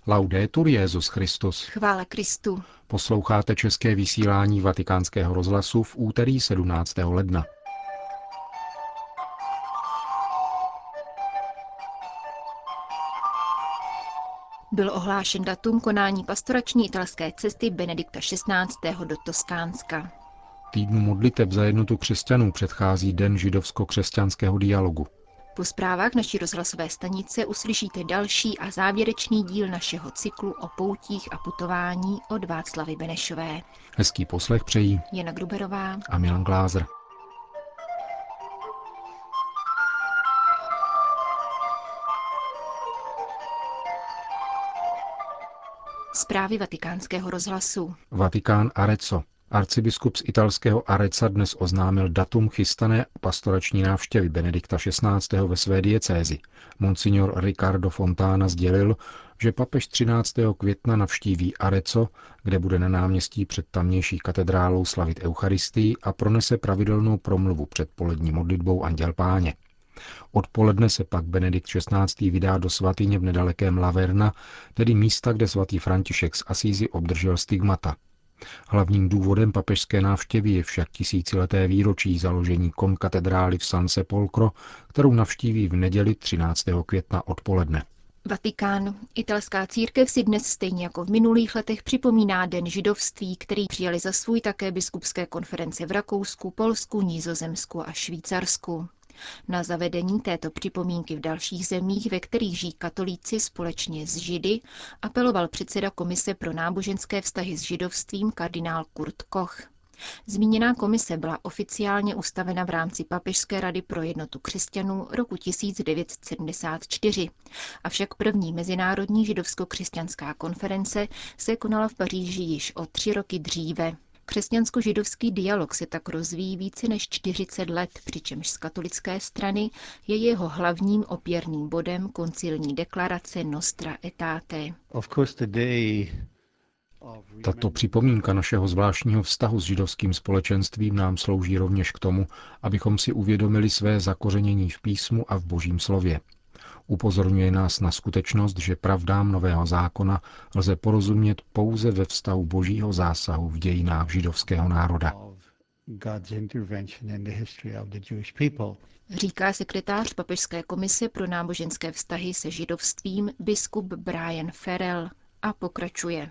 Laudetur Jesus Christus. Chvála Kristu. Posloucháte české vysílání Vatikánského rozhlasu v úterý 17. ledna. Byl ohlášen datum konání pastorační italské cesty Benedikta XVI. Do Toskánska. Týdnu modliteb za jednotu křesťanů předchází Den židovsko-křesťanského dialogu. Po zprávách naší rozhlasové stanice uslyšíte další a závěrečný díl našeho cyklu o poutích a putování od Václavy Benešové. Hezký poslech přejí Jana Gruberová a Milan Glázer. Zprávy Vatikánského rozhlasu. Vatikán Arezzo. Arcibiskup z italského Arezza dnes oznámil datum chystané pastorační návštěvy Benedikta XVI. Ve své diecézi. Monsignor Riccardo Fontana sdělil, že papež 13. května navštíví Arezzo, kde bude na náměstí před tamnější katedrálou slavit eucharistii a pronese pravidelnou promluvu před polední modlitbou Anděl Páně. Odpoledne se pak Benedikt XVI. Vydá do svatyně v nedalekém Laverna, tedy místa, kde svatý František z Asízy obdržel stigmata. Hlavním důvodem papežské návštěvy je však tisícileté výročí založení konkatedrály v San Sepolcro, kterou navštíví v neděli 13. května odpoledne. Vatikán. Italská církev si dnes stejně jako v minulých letech připomíná Den židovství, který přijali za svůj také biskupské konference v Rakousku, Polsku, Nizozemsku a Švýcarsku. Na zavedení této připomínky v dalších zemích, ve kterých žijí katolíci společně s Židy, apeloval předseda Komise pro náboženské vztahy s židovstvím kardinál Kurt Koch. Zmíněná komise byla oficiálně ustavena v rámci Papežské rady pro jednotu křesťanů roku 1974, avšak první mezinárodní židovsko-křesťanská konference se konala v Paříži již o 3 roky dříve. Křesťansko-židovský dialog se tak rozvíjí více než 40 let, přičemž z katolické strany je jeho hlavním opěrným bodem koncilní deklarace Nostra Aetate. Tato připomínka našeho zvláštního vztahu s židovským společenstvím nám slouží rovněž k tomu, abychom si uvědomili své zakořenění v písmu a v Božím slově. Upozorňuje nás na skutečnost, že pravdám Nového zákona lze porozumět pouze ve vztahu Božího zásahu v dějinách židovského národa. Říká sekretář Papežské komise pro náboženské vztahy se židovstvím biskup Brian Farrell a pokračuje.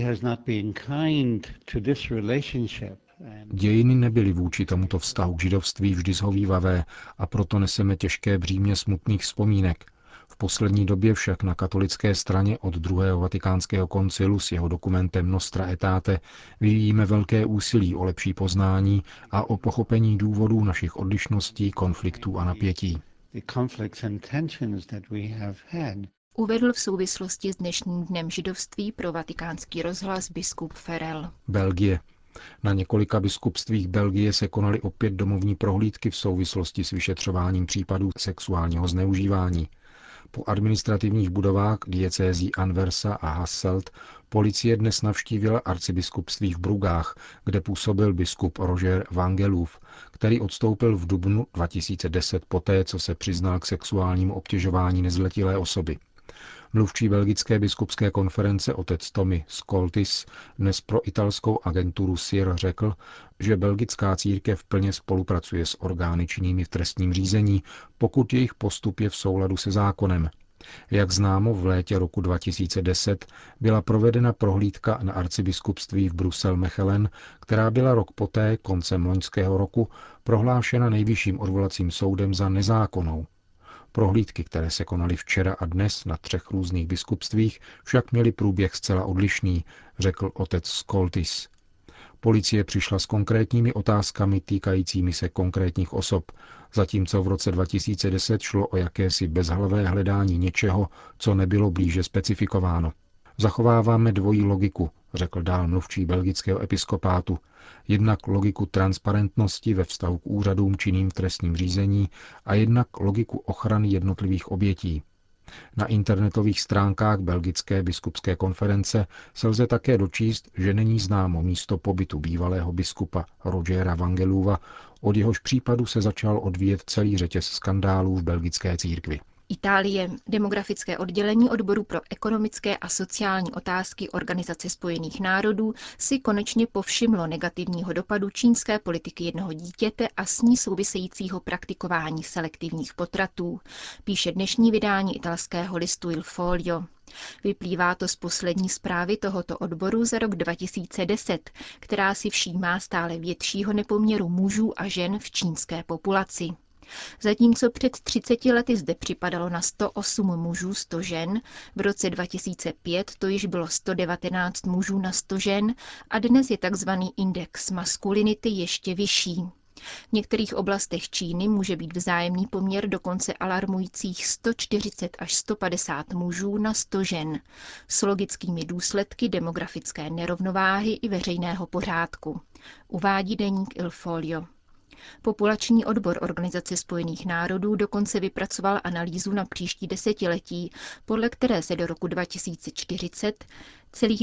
Dějiny nebyly vůči tomuto vztahu k židovství vždy shovívavé a proto neseme těžké břímě smutných vzpomínek. V poslední době však na katolické straně od druhého vatikánského koncilu s jeho dokumentem Nostra Aetate vyvíjíme velké úsilí o lepší poznání a o pochopení důvodů našich odlišností, konfliktů a napětí. Uvedl v souvislosti s dnešním dnem židovství pro Vatikánský rozhlas biskup Farrell. Belgie. Na několika biskupstvích Belgie se konaly opět domovní prohlídky v souvislosti s vyšetřováním případů sexuálního zneužívání. Po administrativních budovách diecézí Anversa a Hasselt policie dnes navštívila arcibiskupství v Brugách, kde působil biskup Roger Vangelův, který odstoupil v dubnu 2010 poté, co se přiznal k sexuálnímu obtěžování nezletilé osoby. Mluvčí belgické biskupské konference otec Tommy Skoltis dnes pro italskou agenturu SIR řekl, že belgická církev plně spolupracuje s orgány činnými v trestním řízení, pokud jejich postup je v souladu se zákonem. Jak známo, v létě roku 2010 byla provedena prohlídka na arcibiskupství v Brusel-Mechelen, která byla rok poté, koncem loňského roku, prohlášena nejvyšším odvolacím soudem za nezákonnou. Prohlídky, které se konaly včera a dnes na 3 různých biskupstvích, však měly průběh zcela odlišný, řekl otec Skoltis. Policie přišla s konkrétními otázkami týkajícími se konkrétních osob, zatímco v roce 2010 šlo o jakési bezhlavé hledání něčeho, co nebylo blíže specifikováno. Zachováváme dvojí logiku, řekl dál mluvčí belgického episkopátu. Jednak logiku transparentnosti ve vztahu k úřadům činným v trestním řízení a jednak logiku ochrany jednotlivých obětí. Na internetových stránkách belgické biskupské konference se lze také dočíst, že není známo místo pobytu bývalého biskupa Rogera Vangelůva, od jehož případu se začal odvíjet celý řetěz skandálů v belgické církvi. Itálie. Demografické oddělení odboru pro ekonomické a sociální otázky Organizace spojených národů si konečně povšimlo negativního dopadu čínské politiky jednoho dítěte a s ní souvisejícího praktikování selektivních potratů, píše dnešní vydání italského listu Il Foglio. Vyplývá to z poslední zprávy tohoto odboru za rok 2010, která si všímá stále většího nepoměru mužů a žen v čínské populaci. Zatímco před 30 lety zde připadalo na 108 mužů 100 žen, v roce 2005 to již bylo 119 mužů na 100 žen a dnes je tzv. Index maskulinity ještě vyšší. V některých oblastech Číny může být vzájemný poměr dokonce alarmujících 140 až 150 mužů na 100 žen, s logickými důsledky demografické nerovnováhy i veřejného pořádku, uvádí deník Il Foglio. Populační odbor Organizace spojených národů dokonce vypracoval analýzu na příští desetiletí, podle které se do roku 2040 celých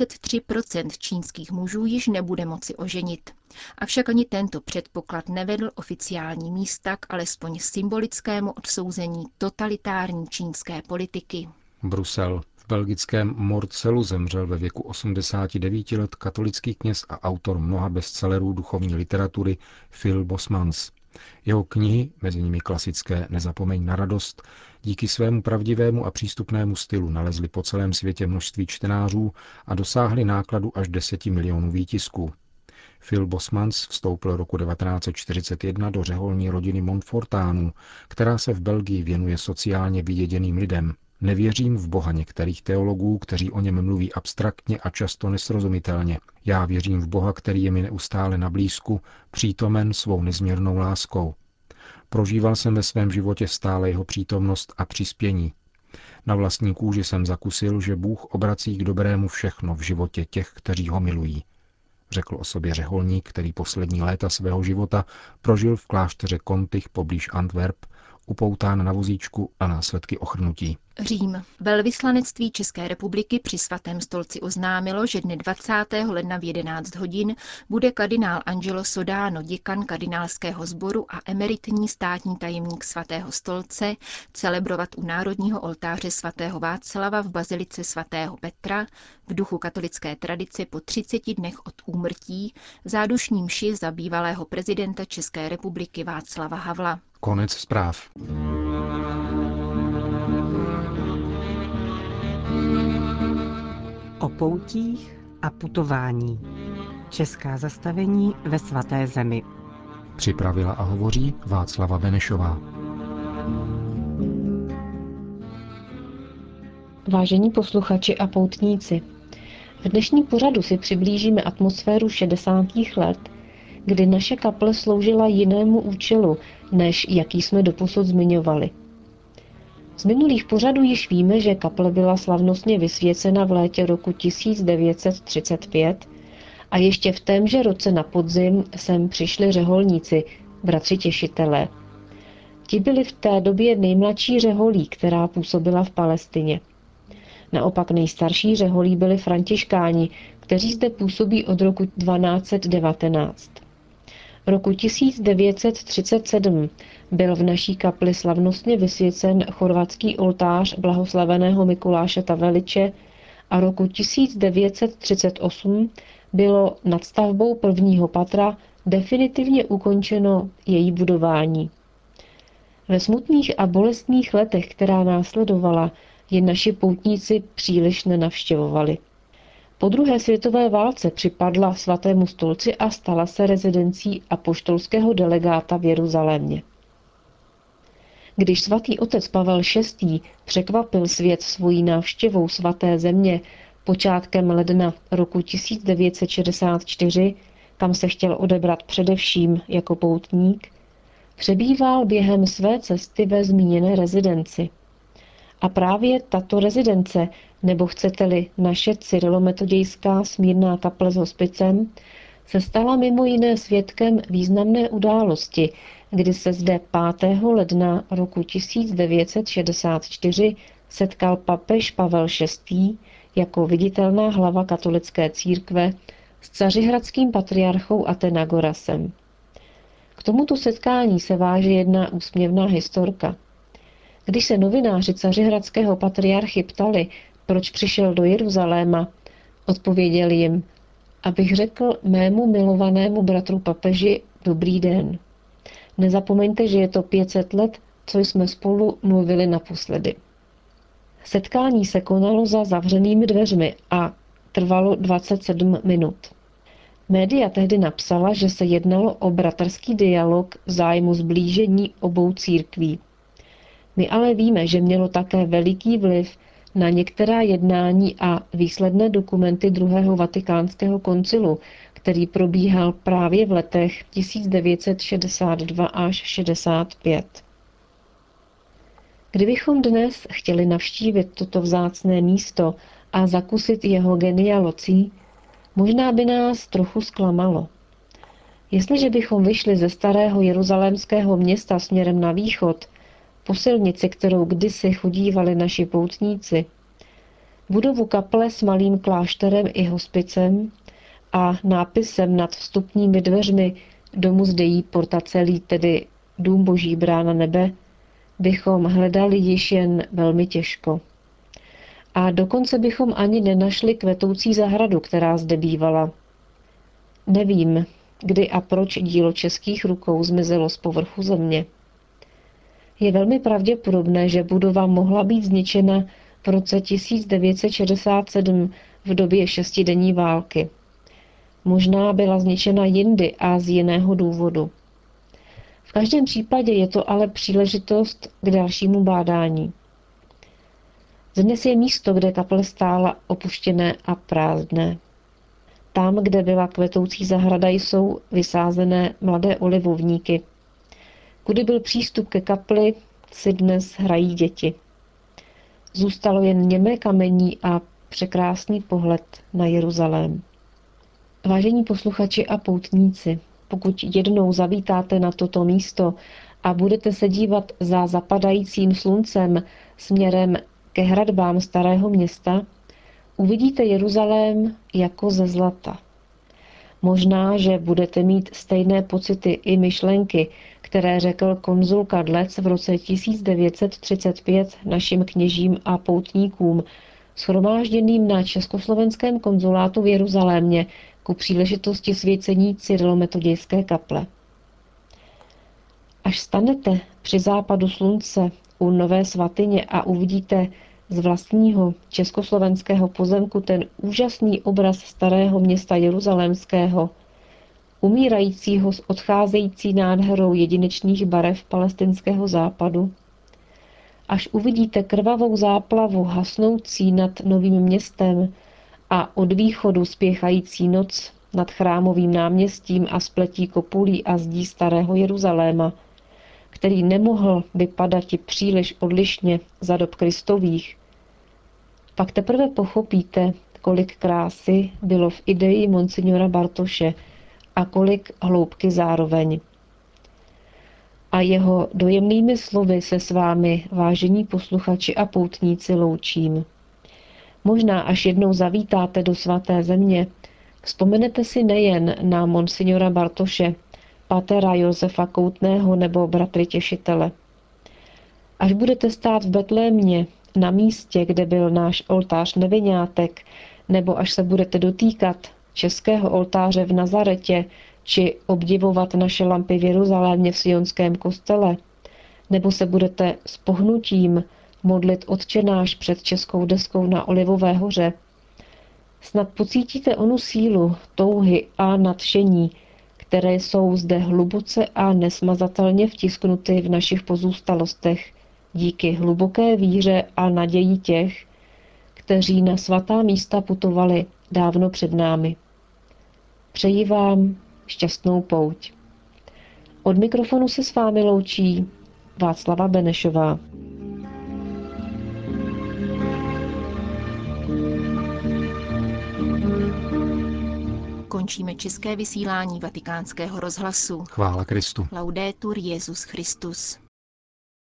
23% čínských mužů již nebude moci oženit. Avšak ani tento předpoklad nevedl oficiální místa k alespoň symbolickému odsouzení totalitární čínské politiky. Brusel. V belgickém Mortselu zemřel ve věku 89 let katolický kněz a autor mnoha bestsellerů duchovní literatury Phil Bosmans. Jeho knihy, mezi nimi klasické Nezapomeň na radost, díky svému pravdivému a přístupnému stylu nalezly po celém světě množství čtenářů a dosáhly nákladu až 10 milionů výtisků. Phil Bosmans vstoupil roku 1941 do řeholní rodiny Montfortánů, která se v Belgii věnuje sociálně vyděděným lidem. Nevěřím v Boha některých teologů, kteří o něm mluví abstraktně a často nesrozumitelně. Já věřím v Boha, který je mi neustále na blízku, přítomen svou nezměrnou láskou. Prožíval jsem ve svém životě stále jeho přítomnost a přispění. Na vlastní kůži jsem zakusil, že Bůh obrací k dobrému všechno v životě těch, kteří ho milují, řekl o sobě řeholník, který poslední léta svého života prožil v klášteře Kontich poblíž Antwerp, upoután na vozíčku a následky ochrnutí. Řím. Velvyslanectví České republiky při Svatém stolci oznámilo, že dne 20. ledna v 11 hodin bude kardinál Angelo Sodano, děkan kardinálského sboru a emeritní státní tajemník Svatého stolce, celebrovat u národního oltáře svatého Václava v bazilice svatého Petra v duchu katolické tradice po 30 dnech od úmrtí zádušní mši za bývalého prezidenta České republiky Václava Havla. Konec zpráv. O poutích a putování. Česká zastavení ve svaté zemi. Připravila a hovoří Václava Benešová. Vážení posluchači a poutníci, v dnešní pořadu si přiblížíme atmosféru 60. let, kdy naše kaple sloužila jinému účelu, než jaký jsme doposud zmiňovali. Z minulých pořadů již víme, že kaple byla slavnostně vysvěcena v létě roku 1935 a ještě v témže roce na podzim sem přišli řeholníci, bratři těšitelé. Ti byli v té době nejmladší řeholí, která působila v Palestině. Naopak nejstarší řeholí byli františkáni, kteří zde působí od roku 1219. Roku 1937 byl v naší kapli slavnostně vysvěcen chorvatský oltář blahoslaveného Mikuláše Taveliče a roku 1938 bylo nad stavbou prvního patra definitivně ukončeno její budování. Ve smutných a bolestných letech, která následovala, je naši poutníci příliš nenavštěvovali. Po druhé světové válce připadla svatému stolci a stala se rezidencí apoštolského delegáta v Jeruzalémě. Když svatý otec Pavel VI. Překvapil svět svojí návštěvou svaté země počátkem ledna roku 1964, kam se chtěl odebrat především jako poutník, přebýval během své cesty ve zmíněné rezidenci. A právě tato rezidence, nebo chcete-li naše cyrilometodějská smírná kaple s hospicem, se stala mimo jiné svědkem významné události, kdy se zde 5. ledna roku 1964 setkal papež Pavel VI. Jako viditelná hlava katolické církve s cařihradským patriarchou Athenagorasem. K tomuto setkání se váže jedna úsměvná historka. Když se novináři cařihradského patriarchy ptali, proč přišel do Jeruzaléma, odpověděl jim, abych řekl mému milovanému bratru papeži dobrý den. Nezapomeňte, že je to 500 let, co jsme spolu mluvili naposledy. Setkání se konalo za zavřenými dveřmi a trvalo 27 minut. Média tehdy napsala, že se jednalo o bratrský dialog v zájmu zblížení obou církví. My ale víme, že mělo také veliký vliv na některá jednání a výsledné dokumenty druhého vatikánského koncilu, který probíhal právě v letech 1962 až 65. Kdybychom dnes chtěli navštívit toto vzácné místo a zakusit jeho genealocí, možná by nás trochu zklamalo. Jestliže bychom vyšli ze starého jeruzalémského města směrem na východ, po silnici, kterou kdysi chodívali naši poutníci, budovu kaple s malým klášterem i hospicem a nápisem nad vstupními dveřmi domu zdejí porta celý, tedy dům Boží brána nebe, bychom hledali již jen velmi těžko. A dokonce bychom ani nenašli kvetoucí zahradu, která zde bývala. Nevím, kdy a proč dílo českých rukou zmizelo z povrchu země. Je velmi pravděpodobné, že budova mohla být zničena v roce 1967 v době šestidenní války. Možná byla zničena jindy a z jiného důvodu. V každém případě je to ale příležitost k dalšímu bádání. Dnes je místo, kde kaple stála, opuštěné a prázdné. Tam, kde byla kvetoucí zahrada, jsou vysázené mladé olivovníky. Kudy byl přístup ke kapli, si dnes hrají děti. Zůstalo jen němé kamení a překrásný pohled na Jeruzalém. Vážení posluchači a poutníci, pokud jednou zavítáte na toto místo a budete se dívat za zapadajícím sluncem směrem ke hradbám starého města, uvidíte Jeruzalém jako ze zlata. Možná, že budete mít stejné pocity i myšlenky, které řekl konzul Kadlec v roce 1935 našim kněžím a poutníkům, shromážděným na československém konzulátu v Jeruzalémě ku příležitosti svěcení cyrilometodějské kaple. Až stanete při západu slunce u Nové svatyně a uvidíte z vlastního československého pozemku ten úžasný obraz starého města jeruzalémského, umírajícího s odcházející nádherou jedinečných barev palestinského západu, až uvidíte krvavou záplavu hasnoucí nad novým městem a od východu spěchající noc nad chrámovým náměstím a spletí kopulí a zdí starého Jeruzaléma, který nemohl vypadat i příliš odlišně za dob Kristových, pak teprve pochopíte, kolik krásy bylo v ideji monsignora Bartoše a kolik hloubky zároveň. A jeho dojemnými slovy se s vámi, vážení posluchači a poutníci, loučím. Možná až jednou zavítáte do svaté země, vzpomenete si nejen na monsignora Bartoše, patera Josefa Koutného nebo bratry Těšitele. Až budete stát v Betlémě, na místě, kde byl náš oltář Neviňátek, nebo až se budete dotýkat českého oltáře v Nazaretě, či obdivovat naše lampy v Jeruzalémě v sionském kostele, nebo se budete s pohnutím modlit Otčenáš před českou deskou na Olivové hoře, snad pocítíte onu sílu, touhy a nadšení, které jsou zde hluboce a nesmazatelně vtisknuty v našich pozůstalostech díky hluboké víře a naději těch, kteří na svatá místa putovali dávno před námi. Přeji vám šťastnou pouť. Od mikrofonu se s vámi loučí Václava Benešová. Končíme české vysílání Vatikánského rozhlasu. Chvála Kristu. Laudetur Jesus Christus.